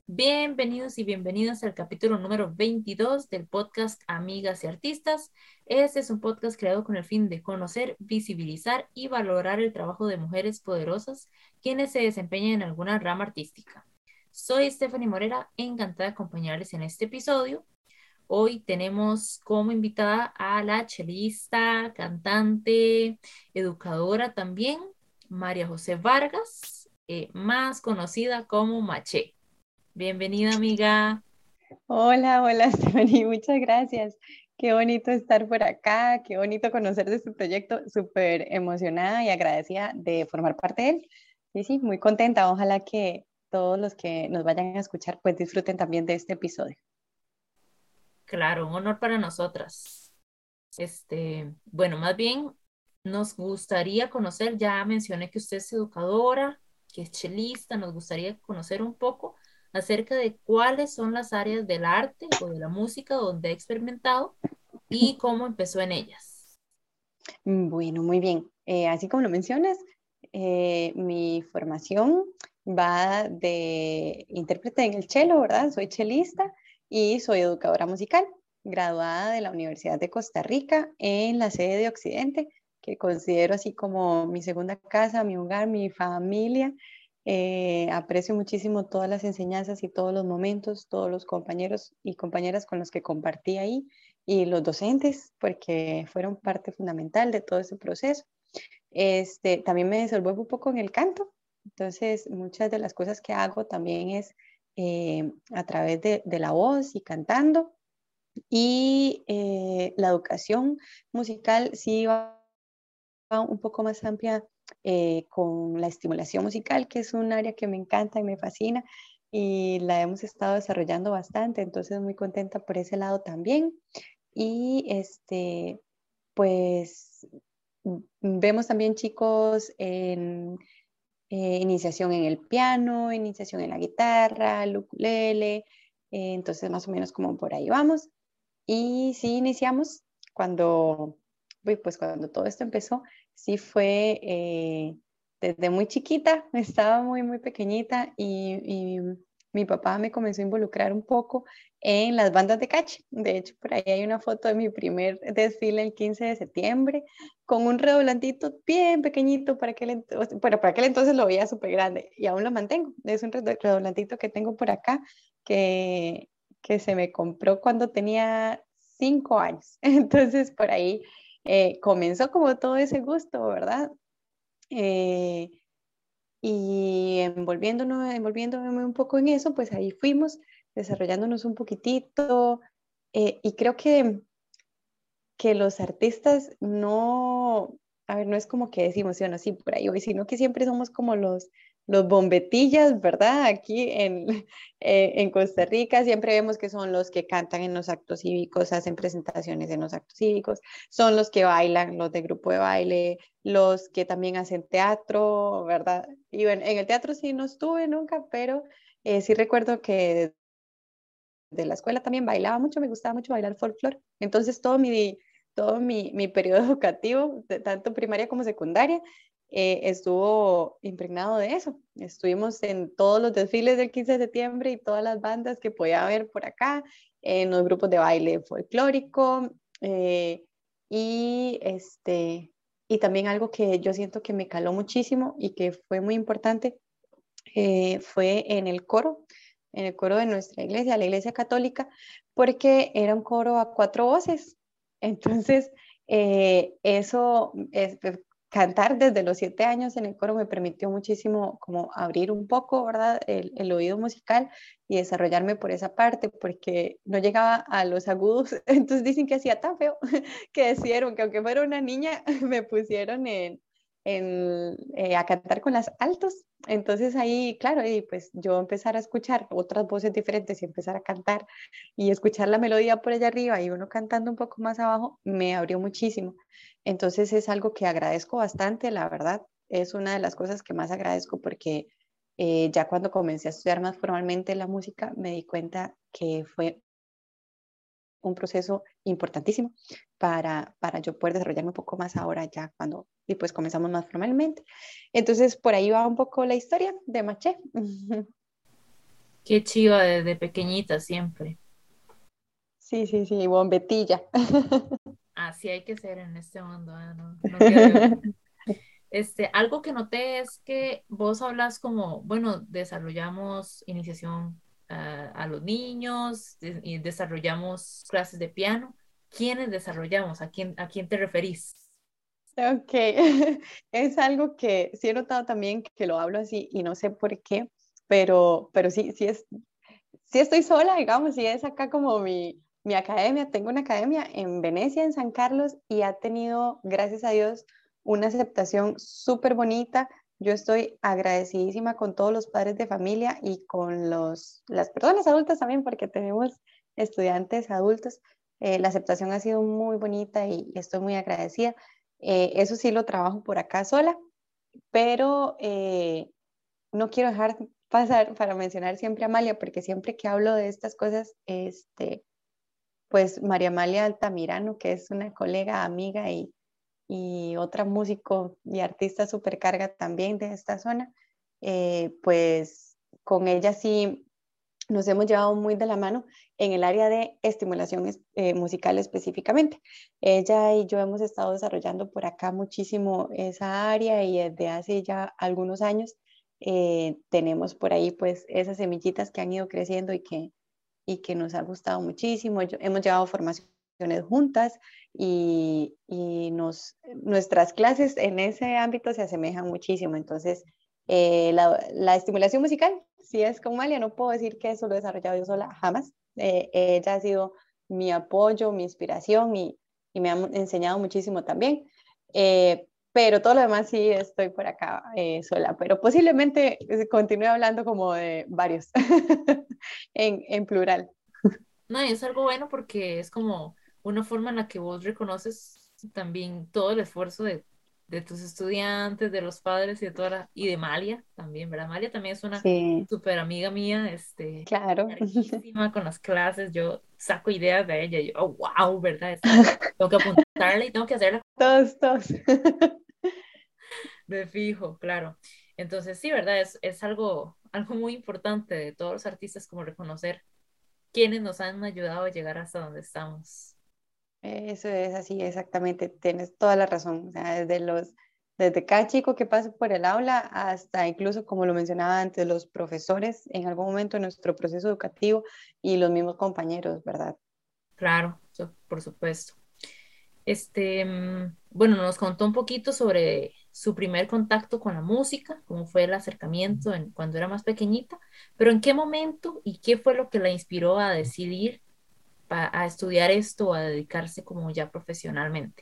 Bienvenidos y bienvenidas al capítulo número 22 del podcast Amigas y Artistas. Este es un podcast creado con el fin de conocer, visibilizar y valorar el trabajo de mujeres poderosas quienes se desempeñan en alguna rama artística. Soy Stephanie Morera, encantada de acompañarles en este episodio. Hoy tenemos como invitada a la chelista, cantante, educadora también, María José Vargas, más conocida como Maché. Bienvenida, amiga. Hola, Stephanie, muchas gracias. Qué bonito estar por acá, qué bonito conocer de este proyecto, súper emocionada y agradecida de formar parte de él. Sí, muy contenta. Ojalá que todos los que nos vayan a escuchar pues disfruten también de este episodio. Claro, un honor para nosotras. Bueno, más bien nos gustaría conocer, ya mencioné que usted es educadora, que es chelista, nos gustaría conocer un poco acerca de cuáles son las áreas del arte o de la música donde ha experimentado y cómo empezó en ellas. Bueno, muy bien. Así como lo mencionas, mi formación va de intérprete en el cello, ¿verdad? Soy chelista y soy educadora musical, graduada de la Universidad de Costa Rica en la sede de Occidente, que considero así como mi segunda casa, mi hogar, mi familia. Aprecio muchísimo todas las enseñanzas y todos los momentos, todos los compañeros y compañeras con los que compartí ahí y los docentes, porque fueron parte fundamental de todo ese proceso. También me desenvuelvo un poco en el canto, entonces muchas de las cosas que hago también es a través de la voz y cantando. Y la educación musical sí va un poco más amplia con la estimulación musical, que es un área que me encanta y me fascina y la hemos estado desarrollando bastante, entonces muy contenta por ese lado también. Y pues vemos también chicos en iniciación en el piano, iniciación en la guitarra, el ukulele, entonces más o menos como por ahí vamos. Y sí iniciamos cuando, pues cuando todo esto empezó, sí fue desde muy chiquita, estaba muy pequeñita y mi papá me comenzó a involucrar un poco en las bandas de calle. De hecho, por ahí hay una foto de mi primer desfile el 15 de septiembre con un redoblantito bien pequeñito bueno, para aquel entonces lo veía súper grande y aún lo mantengo. Es un redoblantito que tengo por acá que se me compró cuando tenía 5 años. Entonces, por ahí comenzó como todo ese gusto, ¿verdad? Eh, y envolviéndome un poco en eso, pues ahí fuimos desarrollándonos un poquitito. Y creo que los artistas no, a ver, no es como que decimos, bueno, sí, por ahí voy, sino que siempre somos como los bombetillas, ¿verdad? Aquí en Costa Rica siempre vemos que son los que cantan en los actos cívicos, hacen presentaciones en los actos cívicos, son los que bailan, los de grupo de baile, los que también hacen teatro, ¿verdad? Y bueno, en el teatro sí no estuve nunca, pero sí recuerdo que de la escuela también bailaba mucho, me gustaba mucho bailar folclore. Entonces todo mi periodo educativo, tanto primaria como secundaria, estuvo impregnado de eso. Estuvimos en todos los desfiles del 15 de septiembre y todas las bandas que podía haber por acá, en los grupos de baile folclórico. Y, y también algo que yo siento que me caló muchísimo y que fue muy importante fue en el coro de nuestra iglesia, la iglesia católica, porque era un coro a 4 voces. Entonces, cantar desde los 7 años en el coro me permitió muchísimo como abrir un poco, ¿verdad? El oído musical y desarrollarme por esa parte, porque no llegaba a los agudos. Entonces dicen que hacía tan feo que decidieron que aunque fuera una niña, me pusieron a cantar con las altos. Entonces ahí, claro, y pues yo empezar a escuchar otras voces diferentes y empezar a cantar y escuchar la melodía por allá arriba y uno cantando un poco más abajo, me abrió muchísimo. Entonces es algo que agradezco bastante, la verdad. Es una de las cosas que más agradezco porque ya cuando comencé a estudiar más formalmente la música, me di cuenta que fue un proceso importantísimo para yo poder desarrollarme un poco más ahora ya cuando y pues comenzamos más formalmente. Entonces, por ahí va un poco la historia de Maché. Qué chiva desde pequeñita siempre. Sí, sí, sí, bombetilla. Así hay que ser en este mundo, no, no queda de otra. Algo que noté es que vos hablas como, bueno, desarrollamos iniciación a los niños y desarrollamos clases de piano. ¿Quiénes desarrollamos? A quién te referís? Ok, es algo que sí he notado también que lo hablo así y no sé por qué, pero sí, sí estoy sola, digamos, sí es acá como mi academia. Tengo una academia en Venecia, en San Carlos, y ha tenido, gracias a Dios, una aceptación súper bonita. Yo estoy agradecidísima con todos los padres de familia y con las personas adultas también, porque tenemos estudiantes adultos. La aceptación ha sido muy bonita y estoy muy agradecida. Eso sí lo trabajo por acá sola, pero no quiero dejar pasar para mencionar siempre a Amalia, porque siempre que hablo de estas cosas, pues María Amalia Altamirano, que es una colega, amiga y otra músico y artista supercarga también de esta zona, pues con ella sí nos hemos llevado muy de la mano en el área de estimulación musical específicamente. Ella y yo hemos estado desarrollando por acá muchísimo esa área y desde hace ya algunos años tenemos por ahí pues esas semillitas que han ido creciendo y que nos ha gustado muchísimo. Hemos llevado formaciones juntas y nuestras clases en ese ámbito se asemejan muchísimo. Entonces, la estimulación musical, si es con Malia, no puedo decir que eso lo he desarrollado yo sola, jamás. Ella ha sido mi apoyo, mi inspiración y me ha enseñado muchísimo también. Pero todo lo demás sí estoy por acá sola, pero posiblemente continúe hablando como de varios en plural. No, y es algo bueno porque es como una forma en la que vos reconoces también todo el esfuerzo de tus estudiantes, de los padres y de y de Malia también, ¿verdad? Malia también es una Sí, súper amiga mía, claro. larguísima con las clases, yo saco ideas de ella, y yo, oh, wow, ¿verdad? Esta tengo que apuntarla y tengo que hacerla Todos, todos. de fijo, claro. Entonces, sí, ¿verdad? Es algo muy importante de todos los artistas, como reconocer quienes nos han ayudado a llegar hasta donde estamos. Eso es así, exactamente. Tienes toda la razón. O sea, desde cada chico que pasa por el aula hasta incluso, como lo mencionaba antes, los profesores en algún momento de nuestro proceso educativo y los mismos compañeros, ¿verdad? Claro, por supuesto. Bueno, nos contó un poquito sobre su primer contacto con la música, cómo fue el acercamiento cuando era más pequeñita, pero en qué momento y qué fue lo que la inspiró a decidir a estudiar esto, a dedicarse como ya profesionalmente.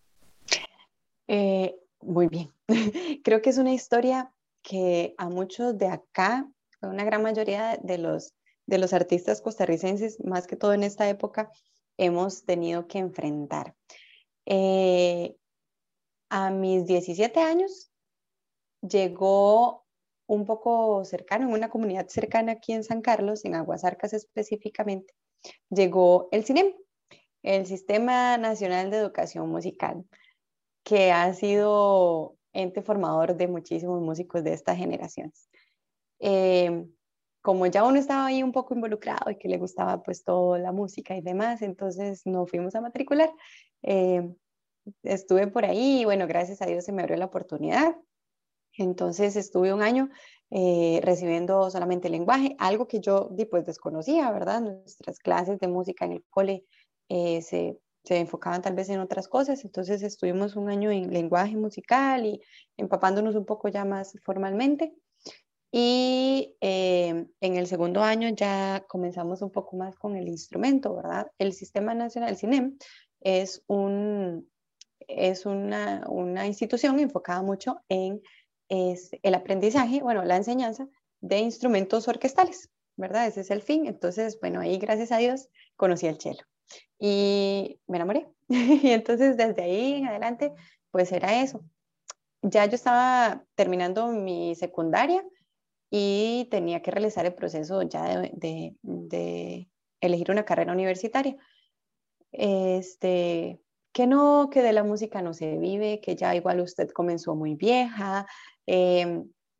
Muy bien. Creo que es una historia que a muchos de acá, a una gran mayoría de los artistas costarricenses, más que todo en esta época, hemos tenido que enfrentar. Eh, a mis 17 años llegó un poco cercano, en una comunidad cercana aquí en San Carlos, en Aguasarcas específicamente, llegó el CINEM, el Sistema Nacional de Educación Musical, que ha sido ente formador de muchísimos músicos de estas generaciones. Eh, como ya uno estaba ahí un poco involucrado y que le gustaba pues toda la música y demás, entonces nos fuimos a matricular. Eh, Estuve por ahí y bueno, gracias a Dios se me abrió la oportunidad. Entonces estuve un año recibiendo solamente lenguaje, algo que yo pues desconocía, ¿verdad? Nuestras clases de música en el cole se enfocaban tal vez en otras cosas, entonces estuvimos un año en lenguaje musical y empapándonos un poco ya más formalmente. Y en el segundo año ya comenzamos un poco más con el instrumento, ¿verdad? El Sistema Nacional, el CINEM, es una institución enfocada mucho en el aprendizaje, bueno, la enseñanza de instrumentos orquestales, ¿verdad? Ese es el fin. Entonces, bueno, ahí gracias a Dios conocí el cello y me enamoré. Y entonces desde ahí en adelante, pues era eso. Ya yo estaba terminando mi secundaria y tenía que realizar el proceso ya de elegir una carrera universitaria. Este, que no, que de la música no se vive, que ya igual usted comenzó muy vieja, eh,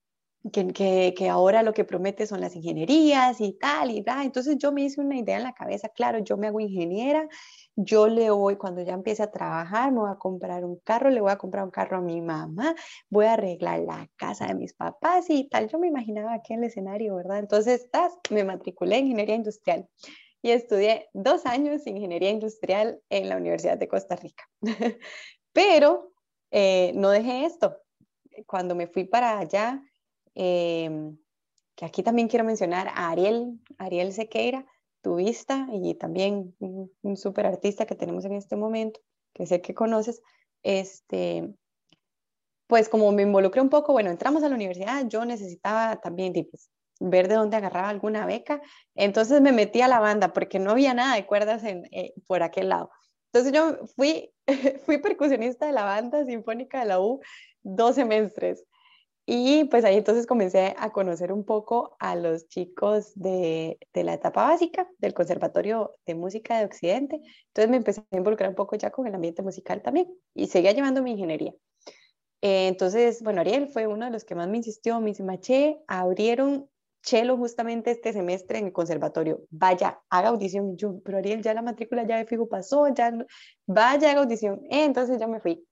que ahora lo que promete son las ingenierías y tal, y bla. Entonces yo me hice una idea en la cabeza, claro, yo me hago ingeniera, yo le voy, cuando ya empiece a trabajar, me voy a comprar un carro, le voy a comprar un carro a mi mamá, voy a arreglar la casa de mis papás y tal. Yo me imaginaba aquí en el escenario, ¿verdad? Entonces, me matriculé en ingeniería industrial y estudié 2 años ingeniería industrial en la Universidad de Costa Rica. Pero no dejé esto. Cuando me fui para allá, eh, que aquí también quiero mencionar a Ariel Sequeira, tubista y también un súper artista que tenemos en este momento, que sé que conoces, este, pues como me involucré un poco, bueno, entramos a la universidad, yo necesitaba también pues, ver de dónde agarraba alguna beca, entonces me metí a la banda porque no había nada de cuerdas por aquel lado. Entonces yo fui percusionista de la banda sinfónica de la U 2 semestres. Y pues ahí entonces comencé a conocer un poco a los chicos de la etapa básica del Conservatorio de Música de Occidente. Entonces me empecé a involucrar un poco ya con el ambiente musical también y seguía llevando mi ingeniería. Entonces, bueno, Ariel fue uno de los que más me insistió, me dice, Maché, abrieron chelo justamente este semestre en el conservatorio, vaya, haga audición. Y yo, pero Ariel, ya la matrícula ya de fijo pasó, ya vaya, haga audición. Entonces yo me fui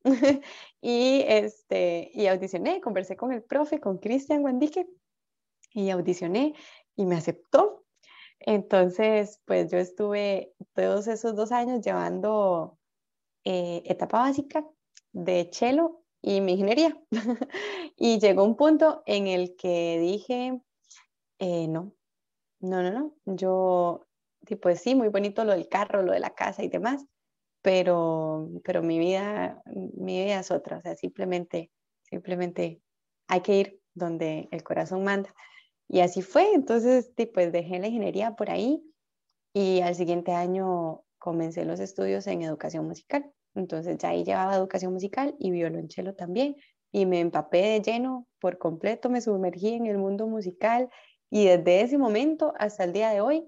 y audicioné, conversé con el profe, con Cristian Guandique, y audicioné y me aceptó. Entonces, pues yo estuve todos esos 2 años llevando etapa básica de chelo y mi ingeniería. Y llegó un punto en el que dije, no, no, no, no, yo, tipo, sí, muy bonito lo del carro, lo de la casa y demás, pero mi vida es otra, o sea, simplemente hay que ir donde el corazón manda. Y así fue, entonces, pues dejé la ingeniería por ahí y al siguiente año comencé los estudios en educación musical. Entonces ya ahí llevaba educación musical y violonchelo también y me empapé de lleno por completo, me sumergí en el mundo musical y desde ese momento hasta el día de hoy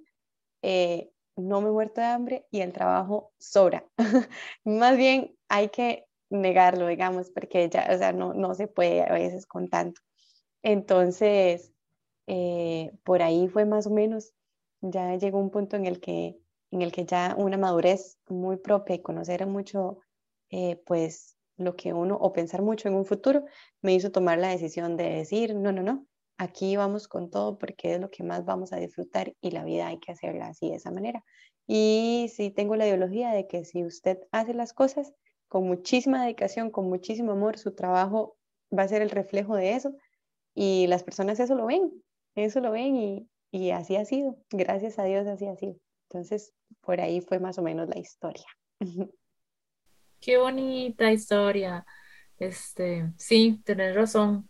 no me he muerto de hambre y el trabajo sobra. Más bien hay que negarlo, digamos, porque ya, o sea, no se puede a veces con tanto. Entonces, por ahí fue más o menos, ya llegó un punto en el que ya una madurez muy propia y conocer mucho, pues lo que uno, o pensar mucho en un futuro, me hizo tomar la decisión de decir, no, no, no, aquí vamos con todo porque es lo que más vamos a disfrutar y la vida hay que hacerla así, de esa manera. Y sí tengo la ideología de que si usted hace las cosas con muchísima dedicación, con muchísimo amor, su trabajo va a ser el reflejo de eso y las personas eso lo ven y así ha sido, gracias a Dios así ha sido. Entonces, por ahí fue más o menos la historia. Qué bonita historia. Sí, tenés razón.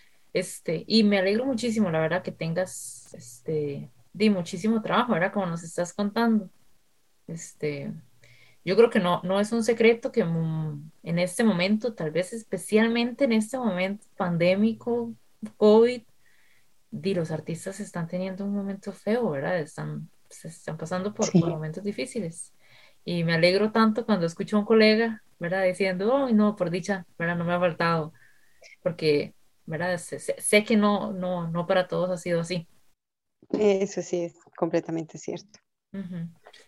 Y me alegro muchísimo, la verdad, que tengas, di muchísimo trabajo, ¿verdad? Como nos estás contando. Este, yo creo que no es un secreto que en este momento, tal vez especialmente en este momento pandémico, COVID, los artistas están teniendo un momento feo, ¿verdad? Se están pasando por Sí, momentos difíciles. Y me alegro tanto cuando escucho a un colega, ¿verdad? Diciendo, oh, no, por dicha, ¿verdad? No me ha faltado, porque, ¿verdad? Sé que no para todos ha sido así. eso sí es completamente cierto. Ujú.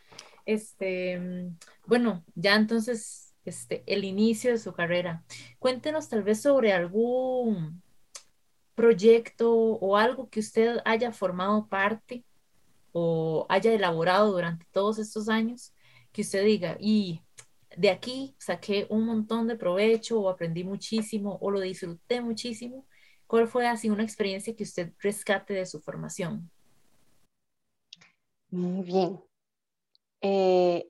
Bueno, ya entonces, el inicio de su carrera. Cuéntenos tal vez sobre algún proyecto o algo que usted haya formado parte o haya elaborado durante todos estos años, que usted diga, y de aquí saqué un montón de provecho o aprendí muchísimo o lo disfruté muchísimo. ¿Cuál fue así una experiencia que usted rescate de su formación? Muy bien. Eh,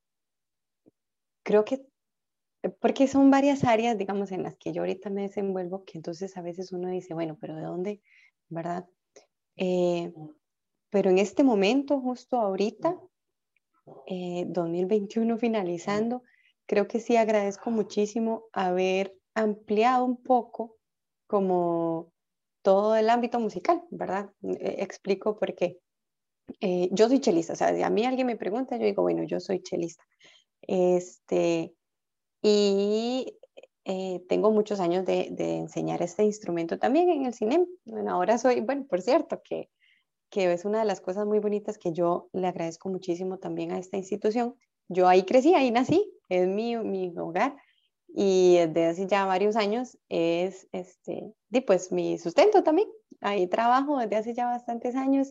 Creo que, porque son varias áreas, digamos, en las que yo ahorita me desenvuelvo, que entonces a veces uno dice, bueno, pero ¿de dónde? ¿Verdad? Eh, pero en este momento, justo ahorita, 2021 finalizando, creo que sí agradezco muchísimo haber ampliado un poco como todo el ámbito musical, ¿verdad? Explico por qué. Yo soy chelista, o sea, si a mí alguien me pregunta, yo digo, bueno, yo soy chelista. Este, y tengo muchos años de enseñar este instrumento también en el cine. Bueno, ahora soy, bueno, por cierto, que es una de las cosas muy bonitas que yo le agradezco muchísimo también a esta institución. Yo ahí crecí, ahí nací, es mi hogar y desde hace ya varios años es pues mi sustento también. Ahí trabajo desde hace ya bastantes años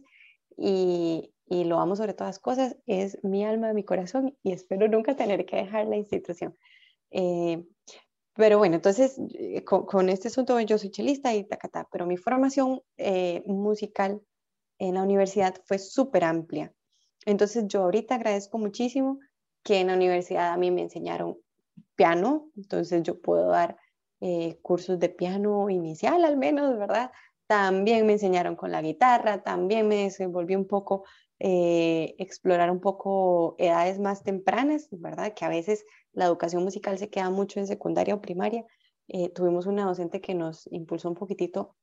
y lo amo sobre todas cosas. Es mi alma, mi corazón y espero nunca tener que dejar la institución. Eh, pero bueno, entonces con este asunto yo soy chelista y tacatá, pero mi formación musical en la universidad fue súper amplia. Entonces yo ahorita agradezco muchísimo que en la universidad a mí me enseñaron piano, entonces yo puedo dar cursos de piano inicial al menos, ¿verdad? También me enseñaron con la guitarra, también me desenvolví un poco, explorar un poco edades más tempranas, ¿verdad? Que a veces la educación musical se queda mucho en secundaria o primaria. Tuvimos una docente que nos impulsó un poquitito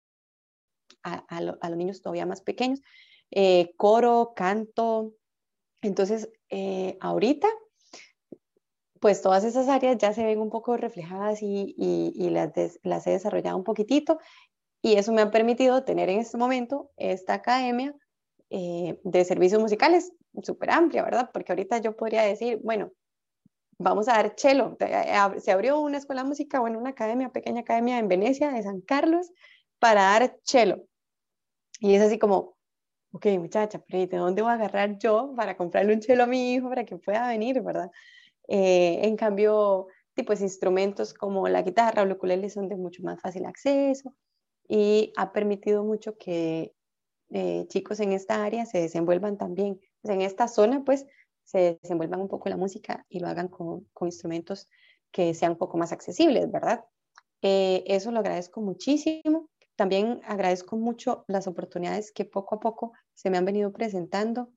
a los niños todavía más pequeños, coro, canto. Entonces, ahorita, pues todas esas áreas ya se ven un poco reflejadas y las he desarrollado un poquitito y eso me ha permitido tener en este momento esta academia de servicios musicales súper amplia, ¿verdad? Porque ahorita yo podría decir, bueno, vamos a dar cello. Se abrió una escuela de música, bueno, una academia, pequeña academia en Venecia, de San Carlos, para dar cello. Y es así como, ok, muchacha, pero ¿y de dónde voy a agarrar yo para comprarle un chelo a mi hijo para que pueda venir, verdad? En cambio, pues instrumentos como la guitarra o el ukulele son de mucho más fácil acceso y ha permitido mucho que chicos en esta área se desenvuelvan también, pues en esta zona, pues se desenvuelvan un poco la música y lo hagan con instrumentos que sean un poco más accesibles, ¿verdad? Eso lo agradezco muchísimo. También agradezco mucho las oportunidades que poco a poco se me han venido presentando,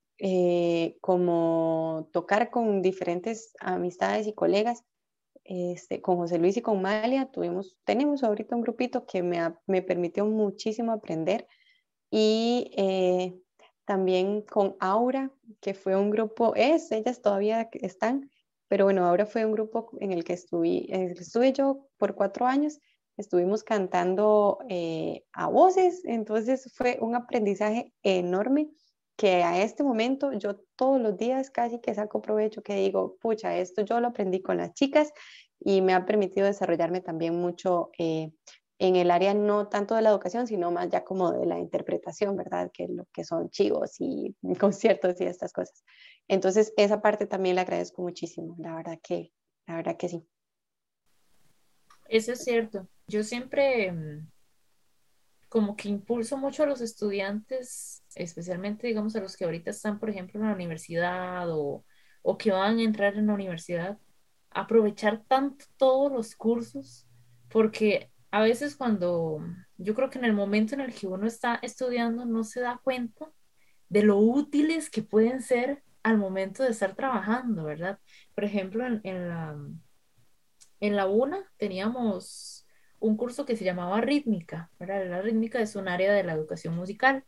como tocar con diferentes amistades y colegas. Con José Luis y con Malia tenemos ahorita un grupito que me permitió muchísimo aprender y también con Aura, que fue un grupo, ellas todavía están, pero bueno, Aura fue un grupo en el que estuve yo por 4 años, estuvimos cantando a voces, entonces fue un aprendizaje enorme que a este momento yo todos los días casi que saco provecho, que digo, pucha, esto yo lo aprendí con las chicas y me ha permitido desarrollarme también mucho en el área no tanto de la educación, sino más ya como de la interpretación, ¿verdad? Que lo que son chivos y conciertos y estas cosas. Entonces, esa parte también le agradezco muchísimo, la verdad que sí. Eso es cierto. Yo siempre como que impulso mucho a los estudiantes, especialmente, digamos, a los que ahorita están, por ejemplo, en la universidad o que van a entrar en la universidad, aprovechar tanto todos los cursos, porque a veces cuando yo creo que en el momento en el que uno está estudiando no se da cuenta de lo útiles que pueden ser al momento de estar trabajando, ¿verdad? Por ejemplo, en la UNA teníamos un curso que se llamaba rítmica, ¿verdad? La rítmica es un área de la educación musical.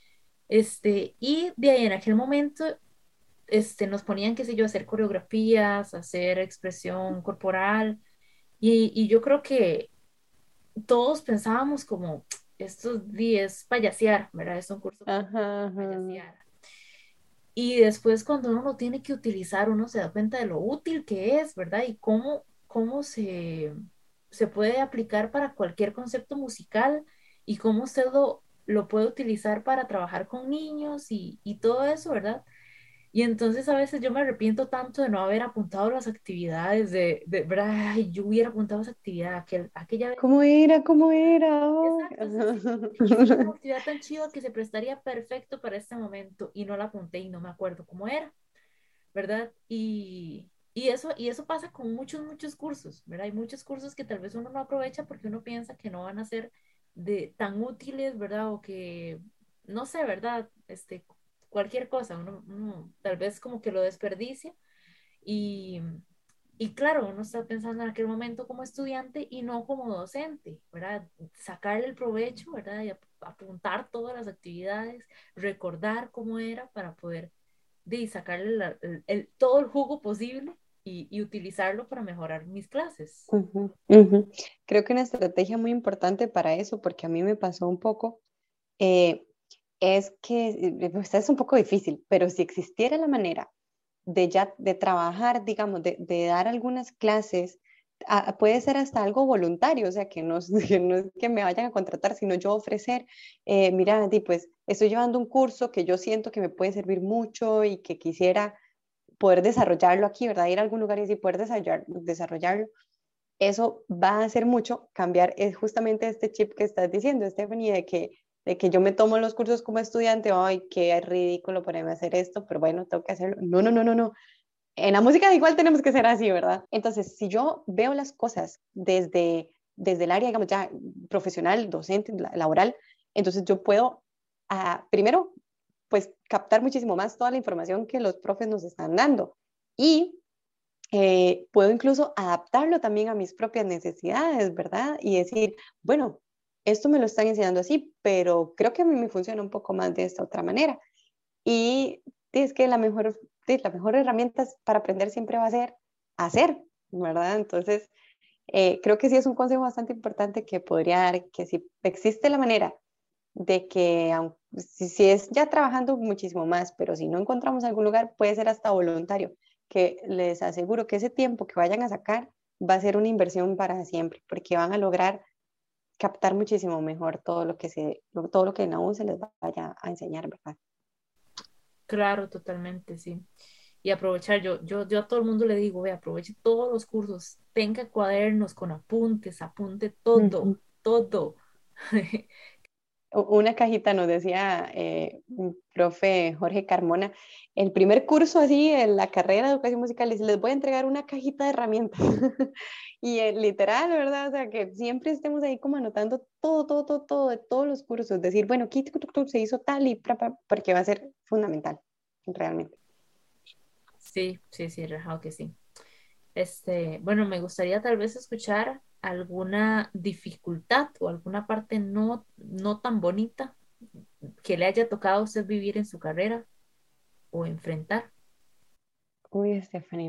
Y de ahí en aquel momento nos ponían, qué sé yo, a hacer coreografías, a hacer expresión corporal, y yo creo que todos pensábamos como, estos días payasear, ¿verdad? Es un curso Ajá, para ajá. payasear. Y después cuando uno lo tiene que utilizar, uno se da cuenta de lo útil que es, ¿verdad? Y cómo se puede aplicar para cualquier concepto musical y cómo usted lo puede utilizar para trabajar con niños y todo eso, ¿verdad? Y entonces a veces yo me arrepiento tanto de no haber apuntado las actividades, ¿verdad? Ay, yo hubiera apuntado esa actividad, aquella vez. ¿Cómo era? ¿Cómo ¿Verdad? era? Oh. Exacto, sí, sí. Esa es una actividad tan chiva que se prestaría perfecto para este momento y no la apunté y no me acuerdo cómo era, ¿verdad? Y eso pasa con muchos, muchos cursos, ¿verdad? Hay muchos cursos que tal vez uno no aprovecha porque uno piensa que no van a ser tan útiles, ¿verdad? O que, no sé, ¿verdad? Cualquier cosa, uno tal vez como que lo desperdicia y, y claro, uno está pensando en aquel momento como estudiante y no como docente, ¿verdad? Sacarle el provecho, ¿verdad? Y apuntar todas las actividades, recordar cómo era para poder sacarle todo el jugo posible y utilizarlo para mejorar mis clases. Ujú, ujú. Creo que una estrategia muy importante para eso, porque a mí me pasó un poco, eh, es que pues, es un poco difícil, pero si existiera la manera de ya de trabajar, digamos, de dar algunas clases, puede ser hasta algo voluntario, o sea, que no, que no es que me vayan a contratar, sino yo ofrecer, mira, pues estoy llevando un curso que yo siento que me puede servir mucho y que quisiera poder desarrollarlo aquí, ¿verdad? Ir a algún lugar y así poder desarrollarlo. Eso va a hacer mucho cambiar es justamente este chip que estás diciendo, Stephanie, de que yo me tomo los cursos como estudiante, ay, qué ridículo ponerme a hacer esto, pero bueno, tengo que hacerlo. No, no, no, no, no. En la música igual tenemos que ser así, ¿verdad? Entonces, si yo veo las cosas desde el área, digamos, ya profesional, docente, laboral, entonces yo puedo, primero, pues captar muchísimo más toda la información que los profes nos están dando. Y puedo incluso adaptarlo también a mis propias necesidades, ¿verdad? Y decir, bueno, esto me lo están enseñando así, pero creo que a mí me funciona un poco más de esta otra manera. Y es que la mejor herramienta para aprender siempre va a ser hacer, ¿verdad? Entonces, creo que sí es un consejo bastante importante que podría dar, que si existe la manera de que, si es ya trabajando muchísimo más, pero si no encontramos algún lugar, puede ser hasta voluntario, que les aseguro que ese tiempo que vayan a sacar va a ser una inversión para siempre, porque van a lograr captar muchísimo mejor todo lo que en aún se les vaya a enseñar, ¿verdad? Claro, totalmente, sí. Y aprovechar, yo a todo el mundo le digo, ve, aproveche todos los cursos, tenga cuadernos con apuntes, apunte todo, Ujú. todo. Una cajita nos decía un profe Jorge Carmona, el primer curso así en la carrera de educación musical, dice, les voy a entregar una cajita de herramientas. Y literal, ¿verdad? O sea, que siempre estemos ahí como anotando todo, todo, todo, todo de todos los cursos, decir, bueno, aquí se hizo tal y porque va a ser fundamental, realmente. Sí, sí, sí, rajado que sí. Bueno, me gustaría tal vez escuchar alguna dificultad o alguna parte no tan bonita que le haya tocado a usted vivir en su carrera o enfrentar. Uy, Stephanie,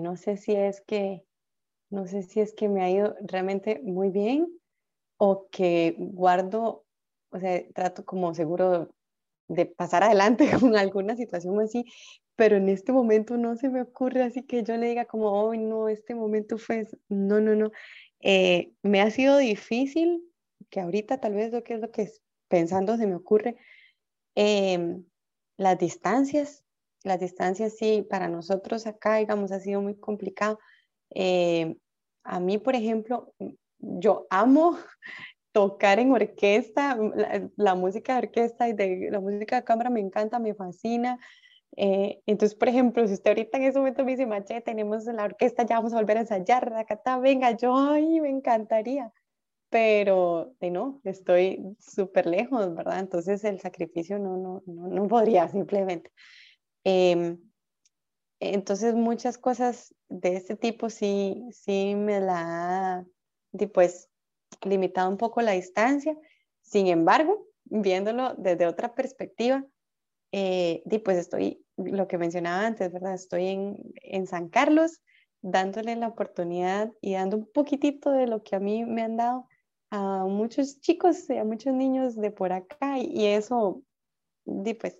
no sé si es que me ha ido realmente muy bien o que guardo, o sea, trato como seguro de pasar adelante con alguna situación así, pero en este momento no se me ocurre así que yo le diga como, oh, no, este momento fue, no, no, no. Me ha sido difícil, que ahorita tal vez lo que es lo que pensando se me ocurre, em, las distancias. Las distancias sí, para nosotros acá, digamos, ha sido muy complicado. Em, a mí, por ejemplo, yo amo tocar en orquesta, la música de orquesta y la música de cámara me encanta, me fascina. Entonces, por ejemplo, si usted ahorita en ese momento me dice, Mache, tenemos la orquesta, ya vamos a volver a ensayar, racata, venga, yo, ay, me encantaría, pero no, estoy súper lejos, ¿verdad? Entonces el sacrificio no podría simplemente. Em, entonces muchas cosas de este tipo sí me la ha, pues, limitado un poco la distancia. Sin embargo, viéndolo desde otra perspectiva, pues estoy, lo que mencionaba antes, ¿verdad? Estoy en San Carlos, dándole la oportunidad y dando un poquitito de lo que a mí me han dado a muchos chicos, a muchos niños de por acá, y eso, pues,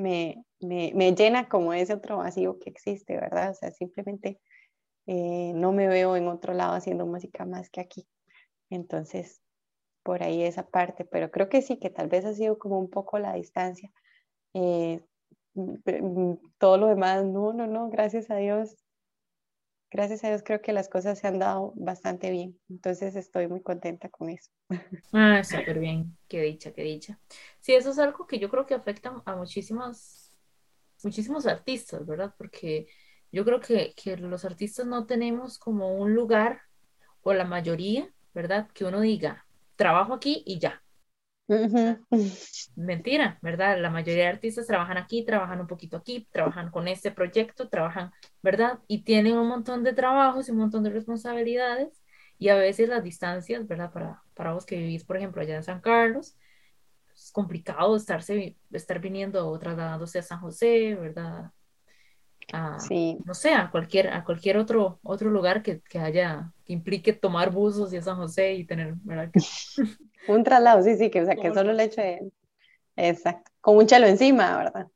me llena como ese otro vacío que existe, ¿verdad? O sea, simplemente no me veo en otro lado haciendo música más que aquí. Entonces, por ahí esa parte, pero creo que sí, que tal vez ha sido como un poco la distancia. Eh, todo lo demás, no, no, no, gracias a Dios creo que las cosas se han dado bastante bien, entonces estoy muy contenta con eso. Ah, súper bien, qué dicha, qué dicha. Sí, eso es algo que yo creo que afecta a muchísimos artistas, ¿verdad? Porque yo creo que los artistas no tenemos como un lugar, o la mayoría, ¿verdad? Que uno diga, trabajo aquí y ya. Ujú. Mentira, ¿verdad? La mayoría de artistas trabajan aquí, trabajan un poquito aquí, trabajan con este proyecto, trabajan, ¿verdad? Y tienen un montón de trabajos y un montón de responsabilidades y a veces las distancias, ¿verdad? Para vos que vivís, por ejemplo, allá en San Carlos, es complicado estar viniendo o trasladándose a San José, ¿verdad? Sí, no sé, a cualquier otro lugar que implique tomar buses y a San José y tener, ¿verdad? Que, un traslado, sí, sí, que, o sea, que como solo lo- el hecho de, exacto, con un chelo encima, ¿verdad?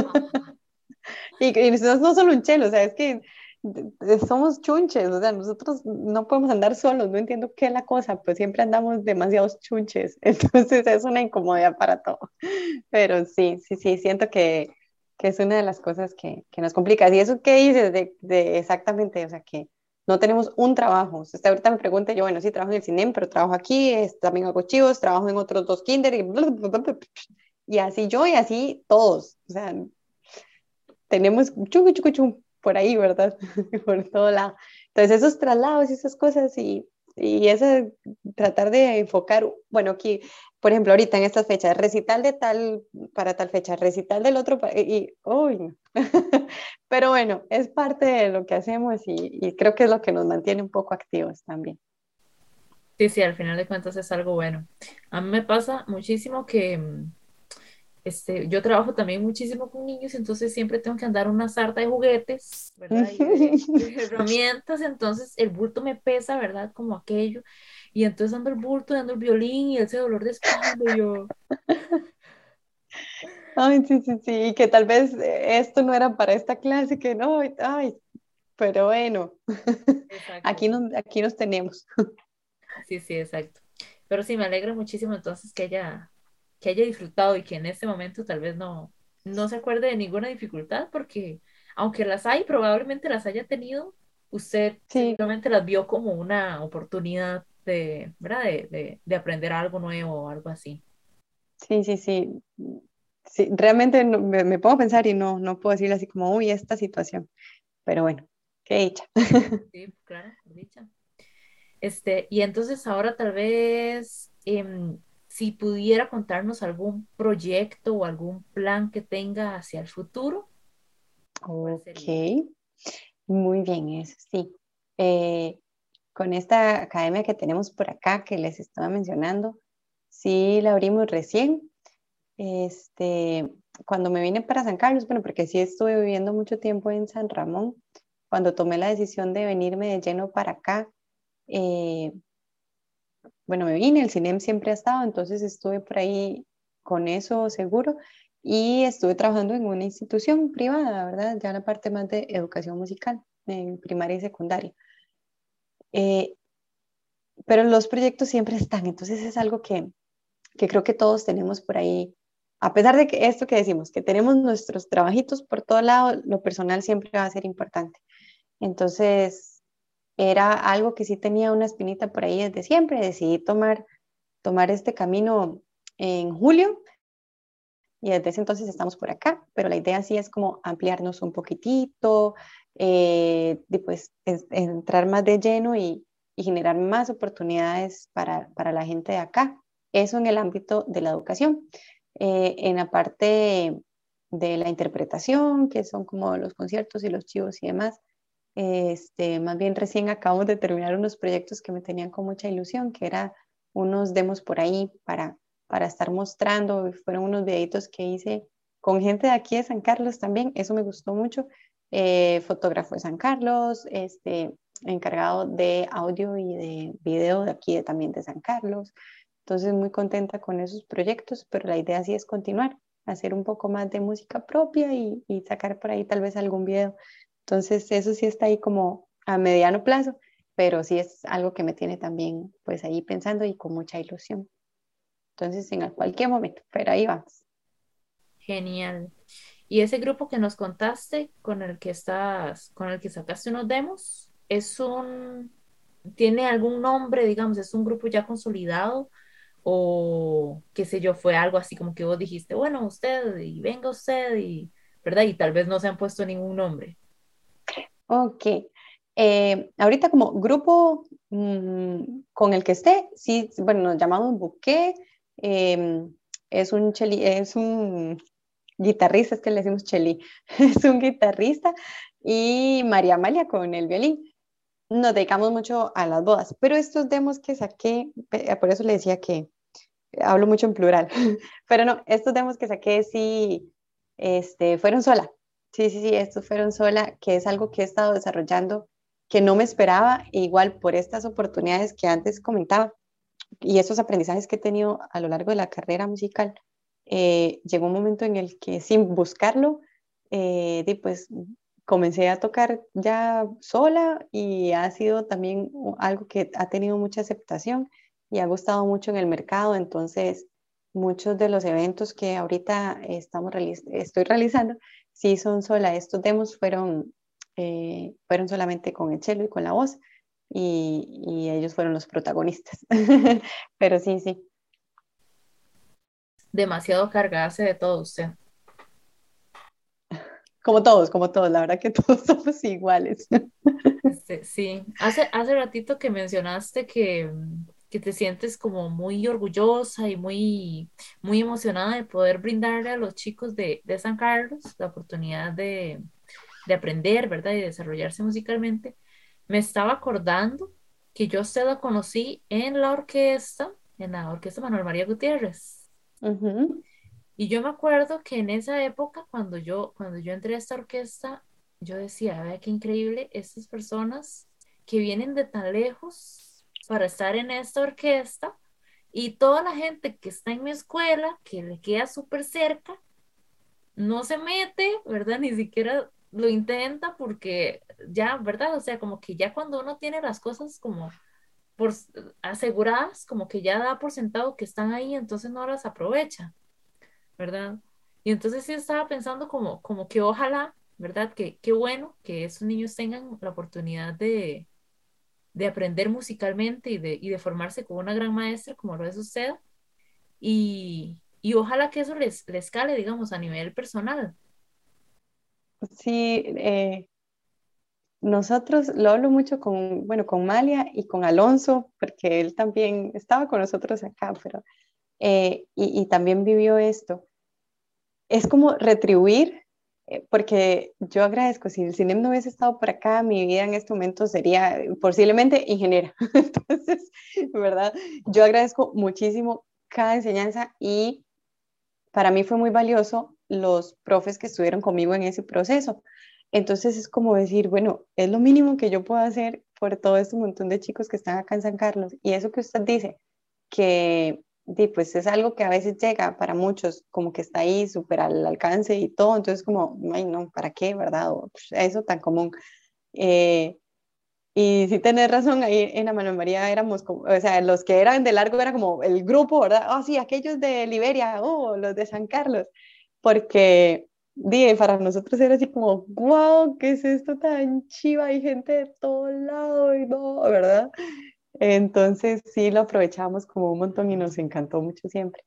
Y no solo un chelo, o sea, es que somos chunches, o sea, nosotros no podemos andar solos, no entiendo qué es la cosa, pues siempre andamos demasiados chunches, entonces es una incomodidad para todo. Pero sí, sí, sí, siento que es una de las cosas que nos complica. Y eso que dices de exactamente, o sea, que no tenemos un trabajo. Usted ahorita me pregunta, yo, bueno, sí, trabajo en el cine, pero trabajo aquí, también hago chivos, trabajo en otros dos kinder y así yo y así todos. O sea, tenemos chucu, chucu, chum por ahí, ¿verdad? Por todo lado. Entonces, esos traslados y esas cosas y ese tratar de enfocar, bueno, aquí, por ejemplo, ahorita en estas fechas, recital de tal para tal fecha, recital del otro, uy, no. Pero bueno, es parte de lo que hacemos y creo que es lo que nos mantiene un poco activos también. Sí, sí, al final de cuentas es algo bueno. A mí me pasa muchísimo que yo trabajo también muchísimo con niños, entonces siempre tengo que andar una sarta de juguetes, ¿verdad? Y de herramientas, entonces el bulto me pesa, ¿verdad? Como aquello. Y entonces ando el bulto, ando el violín y ese dolor de espalda y yo. Ay, sí, sí, sí, y que tal vez esto no era para esta clase, que no, ay, pero bueno, Exacto. aquí nos tenemos. Sí, sí, exacto. Pero sí, me alegra muchísimo entonces que haya disfrutado y que en este momento tal vez no se acuerde de ninguna dificultad, porque aunque las hay, probablemente las haya tenido, usted Sí, seguramente las vio como una oportunidad de, ¿verdad? De aprender algo nuevo o algo así. sí, sí, sí. Sí, realmente me pongo a pensar y no puedo decirle así como, uy, esta situación. Pero bueno, qué dicha. Sí, claro, por dicha. Y entonces ahora tal vez, si pudiera contarnos algún proyecto o algún plan que tenga hacia el futuro, ¿cuál Ok, sería? muy bien, eso sí. Eh, con esta academia que tenemos por acá, que les estaba mencionando, sí la abrimos recién. Este, cuando me vine para San Carlos, bueno, porque sí estuve viviendo mucho tiempo en San Ramón, cuando tomé la decisión de venirme de lleno para acá, eh, bueno, me vine, el CINEM siempre ha estado, entonces estuve por ahí con eso seguro y estuve trabajando en una institución privada, ¿verdad? Ya la parte más de educación musical en primaria y secundaria. Eh, pero los proyectos siempre están, entonces es algo que creo que todos tenemos por ahí, a pesar de que esto que decimos, que tenemos nuestros trabajitos por todo lado, lo personal siempre va a ser importante. Entonces, era algo que sí tenía una espinita por ahí desde siempre, decidí tomar este camino en julio y desde ese entonces estamos por acá, pero la idea sí es como ampliarnos un poquitito, y pues entrar más de lleno y generar más oportunidades para la gente de acá. Eso en el ámbito de la educación. En la parte de la interpretación, que son como los conciertos y los chivos y demás, más bien recién acabamos de terminar unos proyectos que me tenían con mucha ilusión, que era unos demos por ahí para estar mostrando. Fueron unos videitos que hice con gente de aquí de San Carlos también, eso me gustó mucho. Fotógrafo de San Carlos, encargado de audio y de video de aquí también de San Carlos. Entonces muy contenta con esos proyectos, pero la idea sí es continuar, hacer un poco más de música propia y sacar por ahí tal vez algún video. Entonces eso sí está ahí como a mediano plazo, pero sí es algo que me tiene también pues ahí pensando y con mucha ilusión. Entonces, en cualquier momento, pero ahí vamos. Genial. Y ese grupo que nos contaste, con el que sacaste unos demos, ¿tiene algún nombre, digamos, es un grupo ya consolidado? O qué sé yo, fue algo así como que vos dijiste, bueno, usted y venga usted y, ¿verdad? Y tal vez no se han puesto ningún nombre. Ok. Ahorita como grupo con el que esté, sí, bueno, nos llamamos Buque. Es un guitarrista, es que le decimos Cheli, es un guitarrista y María Amalia con el violín. Nos dedicamos mucho a las bodas, pero estos demos que saqué, por eso le decía que hablo mucho en plural, pero no, estos demos que saqué sí, fueron sola. Sí, sí, sí, estos fueron sola, que es algo que he estado desarrollando, que no me esperaba, e igual por estas oportunidades que antes comentaba y esos aprendizajes que he tenido a lo largo de la carrera musical. Llegó un momento en el que sin buscarlo, pues comencé a tocar ya sola y ha sido también algo que ha tenido mucha aceptación y ha gustado mucho en el mercado. Entonces, muchos de los eventos que ahorita estoy realizando, sí son sola. Estos demos fueron solamente con el cello y con la voz y ellos fueron los protagonistas. Pero sí, sí, Demasiado cargarse de todo usted. como todos, la verdad que todos somos iguales. Sí, hace ratito que mencionaste que te sientes como muy orgullosa y muy emocionada de poder brindarle a los chicos de San Carlos la oportunidad de aprender, ¿verdad? Y desarrollarse musicalmente. Me estaba acordando que yo a usted la conocí en la orquesta Manuel María Gutiérrez. Ujú. Y yo me acuerdo que en esa época, cuando yo entré a esta orquesta, yo decía, vea qué increíble estas personas que vienen de tan lejos para estar en esta orquesta y toda la gente que está en mi escuela, que le queda súper cerca, no se mete, ¿verdad? Ni siquiera lo intenta porque ya, ¿verdad? O sea, como que ya cuando uno tiene las cosas como por aseguradas, como que ya da por sentado que están ahí, entonces no las aprovecha. ¿Verdad? Y entonces sí estaba pensando como que ojalá, ¿verdad? Que qué bueno que esos niños tengan la oportunidad de aprender musicalmente y de formarse con una gran maestra como lo es usted. Y ojalá que eso les cale, digamos, a nivel personal. Sí, nosotros lo hablo mucho con, bueno, con Malia y con Alonso, porque él también estaba con nosotros acá, pero, y también vivió esto. Es como retribuir, porque yo agradezco, si el cine no hubiese estado por acá, mi vida en este momento sería posiblemente ingeniera. Entonces, ¿verdad? Yo agradezco muchísimo cada enseñanza y para mí fue muy valioso los profes que estuvieron conmigo en ese proceso. Entonces es como decir, bueno, es lo mínimo que yo puedo hacer por todo este montón de chicos que están acá en San Carlos. Y eso que usted dice, que pues es algo que a veces llega para muchos, como que está ahí súper al alcance y todo, entonces como, ay no, ¿para qué, verdad? O, pues, eso tan común. Eh, y sí tenés razón, ahí en la Manuel María éramos como, o sea, los que eran de largo era como el grupo, ¿verdad? Oh, sí, aquellos de Liberia, oh, los de San Carlos, porque para nosotros era así como, wow, ¿qué es esto tan chiva? Hay gente de todo lado y no, ¿verdad? Entonces sí lo aprovechábamos como un montón y nos encantó mucho siempre.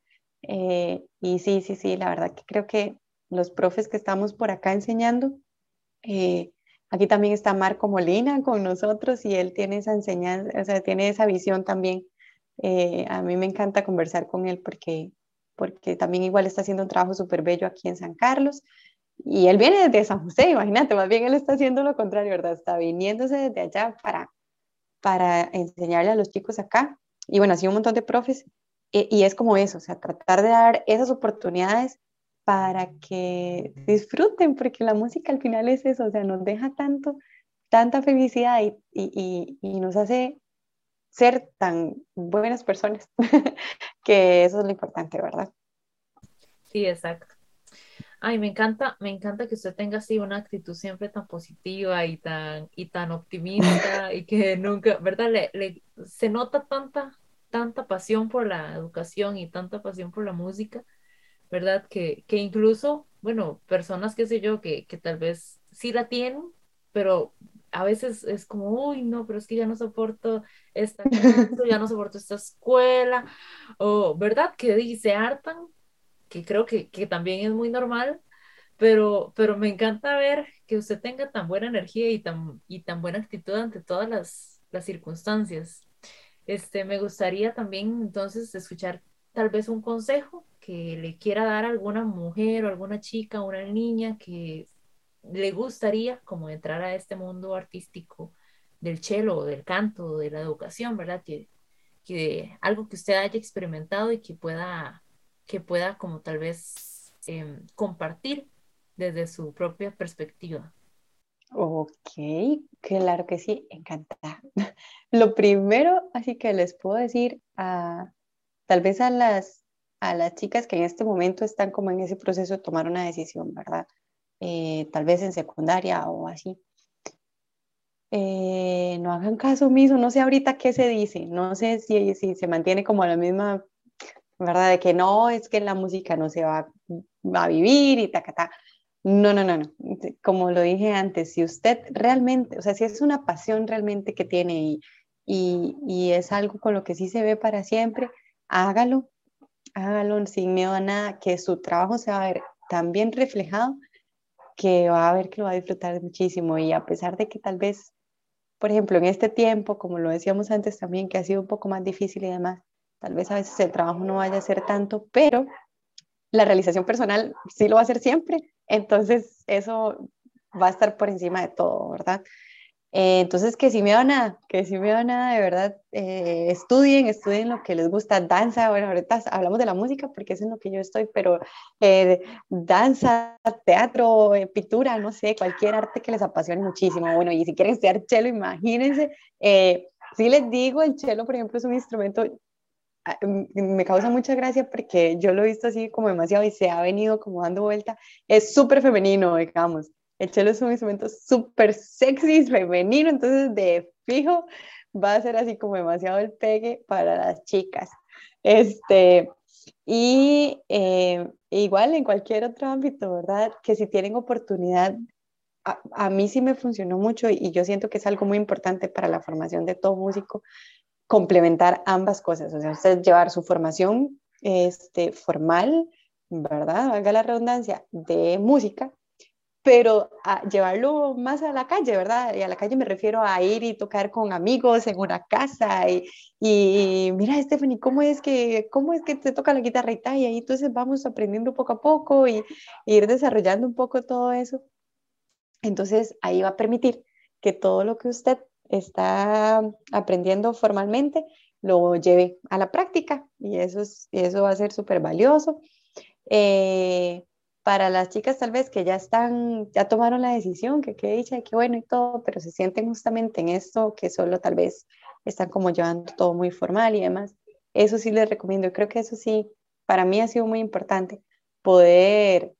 Y sí, sí, sí, la verdad que creo que los profes que estamos por acá enseñando, eh, aquí también está Marco Molina con nosotros y él tiene esa enseñanza, o sea, tiene esa visión también. A mí me encanta conversar con él porque también igual está haciendo un trabajo súper bello aquí en San Carlos. Y él viene desde San José, imagínate, más bien él está haciendo lo contrario, ¿verdad? Está viniéndose desde allá para enseñarle a los chicos acá. Y bueno, así un montón de profes. Y es como eso, o sea, tratar de dar esas oportunidades para que disfruten, porque la música al final es eso, o sea, nos deja tanto, tanta felicidad y nos hace ser tan buenas personas, que eso es lo importante, ¿verdad? Sí, exacto. Ay, me encanta que usted tenga así una actitud siempre tan positiva y tan optimista y que nunca, ¿verdad? Se nota tanta pasión por la educación y tanta pasión por la música, ¿verdad? Que incluso, bueno, personas, qué sé yo, que tal vez sí la tienen, pero a veces es como, uy, no, pero es que ya no soporto esta clase, ya no soporto esta escuela, o, ¿verdad? Que se hartan, que creo que también es muy normal, pero me encanta ver que usted tenga tan buena energía y tan buena actitud ante todas las circunstancias. Me gustaría también entonces escuchar tal vez un consejo que le quiera dar a alguna mujer o alguna chica o una niña que le gustaría como entrar a este mundo artístico del cello o del canto o de la educación, ¿verdad? Que algo que usted haya experimentado y que pueda como tal vez compartir. desde su propia perspectiva. Ok, claro que sí, encantada. Lo primero, así que les puedo decir tal vez a las chicas que en este momento están como en ese proceso de tomar una decisión, ¿verdad? Tal vez en secundaria o así. No hagan caso omiso, no sé ahorita qué se dice, no sé si se mantiene como la misma, ¿verdad? De que no, es que la música no se va a vivir y ta. No, no, no, no. Como lo dije antes, si usted realmente, o sea, si es una pasión realmente que tiene y es algo con lo que sí se ve para siempre, hágalo, hágalo sin miedo a nada, que su trabajo se va a ver tan bien reflejado que va a ver que lo va a disfrutar muchísimo y a pesar de que tal vez, por ejemplo, en este tiempo, como lo decíamos antes también, que ha sido un poco más difícil y demás, tal vez a veces el trabajo no vaya a ser tanto, pero la realización personal sí lo va a hacer siempre, entonces eso va a estar por encima de todo, ¿verdad? Entonces, que si me da nada, que si me da nada, de verdad, estudien lo que les gusta, danza, bueno, ahorita hablamos de la música porque es en lo que yo estoy, pero danza, teatro, pintura, no sé, cualquier arte que les apasione muchísimo, bueno, y si quieren estudiar cello, imagínense, sí les digo, el cello, por ejemplo, es un instrumento me causa mucha gracia porque yo lo he visto así como demasiado y se ha venido como dando vuelta. Es súper femenino, digamos. El cello es un instrumento súper sexy, y femenino, entonces de fijo va a ser así como demasiado el pegue para las chicas. Este, igual en cualquier otro ámbito, ¿verdad? Que si tienen oportunidad, a mí sí me funcionó mucho y yo siento que es algo muy importante para la formación de todo músico complementar ambas cosas, o sea, usted llevar su formación formal, ¿verdad? Valga la redundancia, de música, pero llevarlo más a la calle, ¿verdad? Y a la calle me refiero a ir y tocar con amigos en una casa y mira, Stephanie, cómo es que te toca la guitarra y tal? Y ahí entonces vamos aprendiendo poco a poco y ir desarrollando un poco todo eso. Entonces ahí va a permitir que todo lo que usted está aprendiendo formalmente lo lleve a la práctica y eso va a ser súper valioso. Eh, para las chicas tal vez que ya tomaron la decisión, que qué dicha y qué bueno y todo, pero se sienten justamente en esto, que solo tal vez están como llevando todo muy formal y demás. Eso sí les recomiendo. Creo que eso sí, para mí ha sido muy importante poder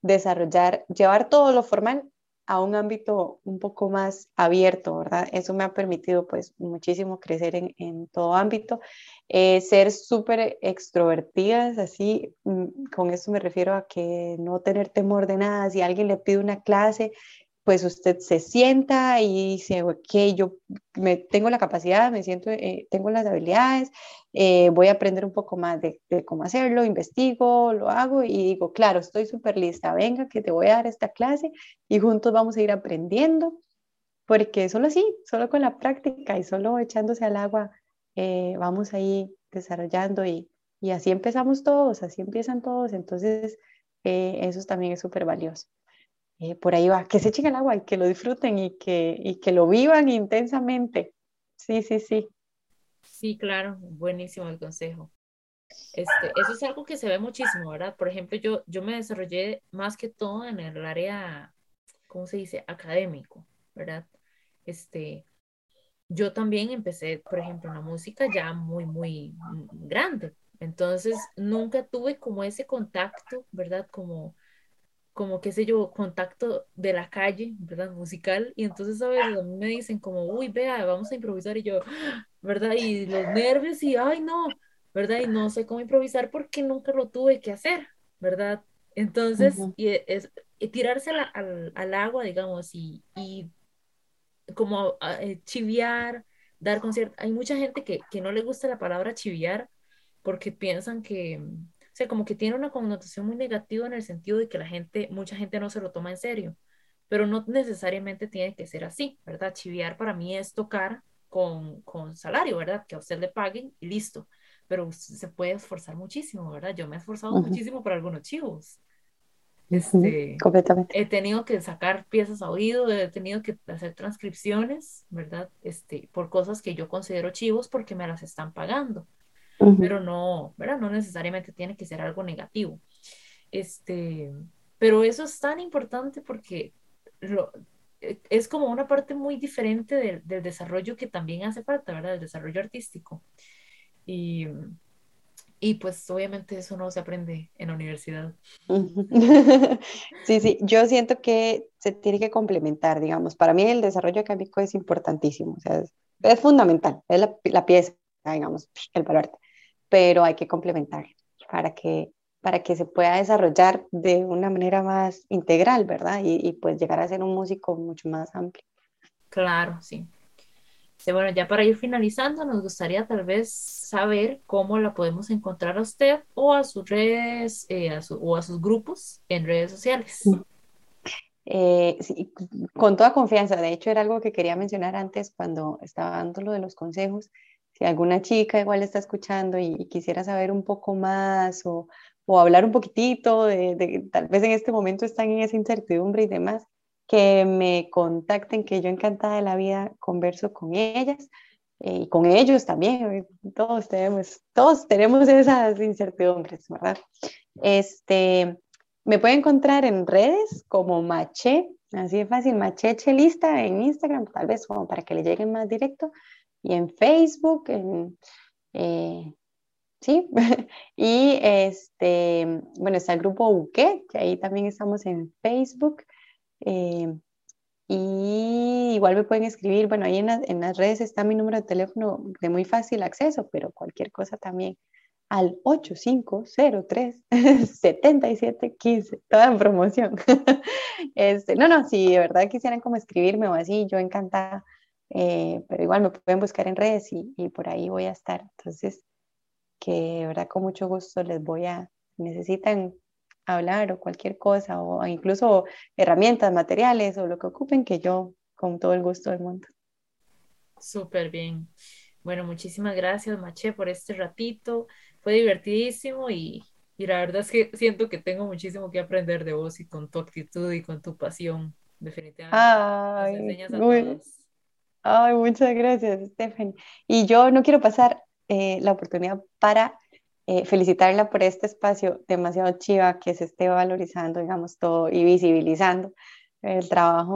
llevar todo lo formal a un ámbito un poco más abierto, ¿verdad? Eso me ha permitido pues muchísimo crecer en todo ámbito, ser súper extrovertidas, así, con esto me refiero a que no tener temor de nada, si alguien le pide una clase, pues usted se sienta y dice, ok, tengo la capacidad, me siento, tengo las habilidades, voy a aprender un poco más de cómo hacerlo, investigo, lo hago y digo, claro, estoy súper lista, venga, que te voy a dar esta clase y juntos vamos a ir aprendiendo, porque solo así, solo con la práctica y solo echándose al agua, vamos ahí desarrollando y así empezamos todos, así empiezan todos, entonces eso también es súper valioso. Por ahí va, que se echen al agua y que lo disfruten y que lo vivan intensamente. Sí, sí, sí. Sí, claro, buenísimo el consejo. Eso es algo que se ve muchísimo, ¿verdad? Por ejemplo, yo me desarrollé más que todo en el área, ¿cómo se dice? Académico, ¿verdad? Este, yo también empecé, por ejemplo, en la música ya muy grande. Entonces, nunca tuve como ese contacto, ¿verdad? Como qué sé yo, contacto de la calle, ¿verdad? Musical. Y entonces a veces a mí me dicen como, uy, vea, vamos a improvisar y yo, ¿verdad? Y los nervios y, ay, no, ¿verdad? Y no sé cómo improvisar porque nunca lo tuve que hacer, ¿verdad? Entonces, Ujú, y tirarse al agua, digamos, y como chiviar, dar concierto. Hay mucha gente que no le gusta la palabra chiviar porque piensan que, o sea, como que tiene una connotación muy negativa en el sentido de que mucha gente no se lo toma en serio, pero no necesariamente tiene que ser así, ¿verdad? Chiviar para mí es tocar con salario, ¿verdad? Que a usted le paguen y listo, pero usted se puede esforzar muchísimo, ¿verdad? Yo me he esforzado ujú, muchísimo por algunos chivos. ujú, Este, completamente. he tenido que sacar piezas a oído, he tenido que hacer transcripciones, ¿verdad? Por cosas que yo considero chivos porque me las están pagando, Ujú, pero no, ¿verdad? No necesariamente tiene que ser algo negativo. Este, pero eso es tan importante porque lo, es como una parte muy diferente del desarrollo que también hace falta, ¿verdad? El desarrollo artístico. Y, y pues obviamente eso no se aprende en la universidad. Ujú. Sí, sí, yo siento que se tiene que complementar, digamos. Para mí el desarrollo académico es importantísimo, o sea, es fundamental, es la pieza, digamos, el baluarte, pero hay que complementar para que, para que se pueda desarrollar de una manera más integral, ¿verdad? Y pues llegar a ser un músico mucho más amplio. Claro, sí. Sí, bueno, ya para ir finalizando, nos gustaría tal vez saber cómo la podemos encontrar a usted o a sus redes o a sus grupos en redes sociales. Sí, con toda confianza. De hecho, era algo que quería mencionar antes cuando estaba dando lo de los consejos. Si alguna chica igual está escuchando y quisiera saber un poco más o hablar un poquitito tal vez en este momento están en esa incertidumbre y demás, que me contacten, que yo encantada de la vida converso con ellas y con ellos también. Todos tenemos esas incertidumbres, ¿verdad? Este, me puede encontrar en redes como Maché, así de fácil, Maché Chelista en Instagram, tal vez como para que le lleguen más directo, y en Facebook, eh, sí, y bueno, está el grupo Buque, que ahí también estamos en Facebook, eh, y igual me pueden escribir, bueno, ahí en las redes está mi número de teléfono de muy fácil acceso, pero cualquier cosa también al 8503-7715, toda en promoción. No, no, si de verdad quisieran como escribirme o así, yo encantada, pero igual me pueden buscar en redes y por ahí voy a estar. Entonces, que de verdad con mucho gusto les voy a, necesitan hablar o cualquier cosa o incluso herramientas, materiales o lo que ocupen, que yo con todo el gusto del mundo. Súper bien. Bueno, muchísimas gracias, Maché, por este ratito. Fue divertidísimo y la verdad es que siento que tengo muchísimo que aprender de vos y con tu actitud y con tu pasión. Definitivamente nos Ay, enseñas a todos. ay, muchas gracias, Stephanie. Y yo no quiero pasar la oportunidad para felicitarla por este espacio demasiado chiva que se esté valorizando, digamos, todo y visibilizando el trabajo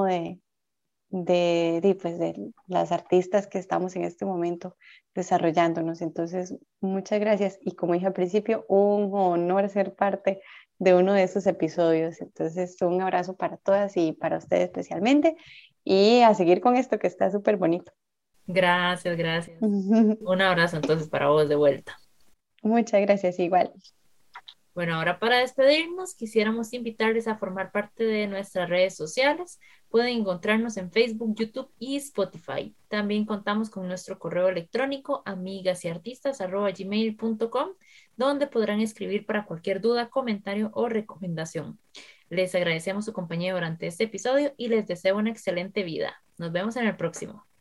pues, de las artistas que estamos en este momento desarrollándonos. Entonces, muchas gracias. Y como dije al principio, un honor ser parte de uno de esos episodios. Entonces, un abrazo para todas y para ustedes especialmente. Y a seguir con esto que está súper bonito. Gracias, gracias. Un abrazo entonces para vos de vuelta. Muchas gracias, igual. Bueno, ahora para despedirnos, quisiéramos invitarles a formar parte de nuestras redes sociales. Pueden encontrarnos en Facebook, YouTube y Spotify. También contamos con nuestro correo electrónico amigasyartistas@gmail.com, donde podrán escribir para cualquier duda, comentario o recomendación. Les agradecemos su compañía durante este episodio y les deseo una excelente vida. Nos vemos en el próximo.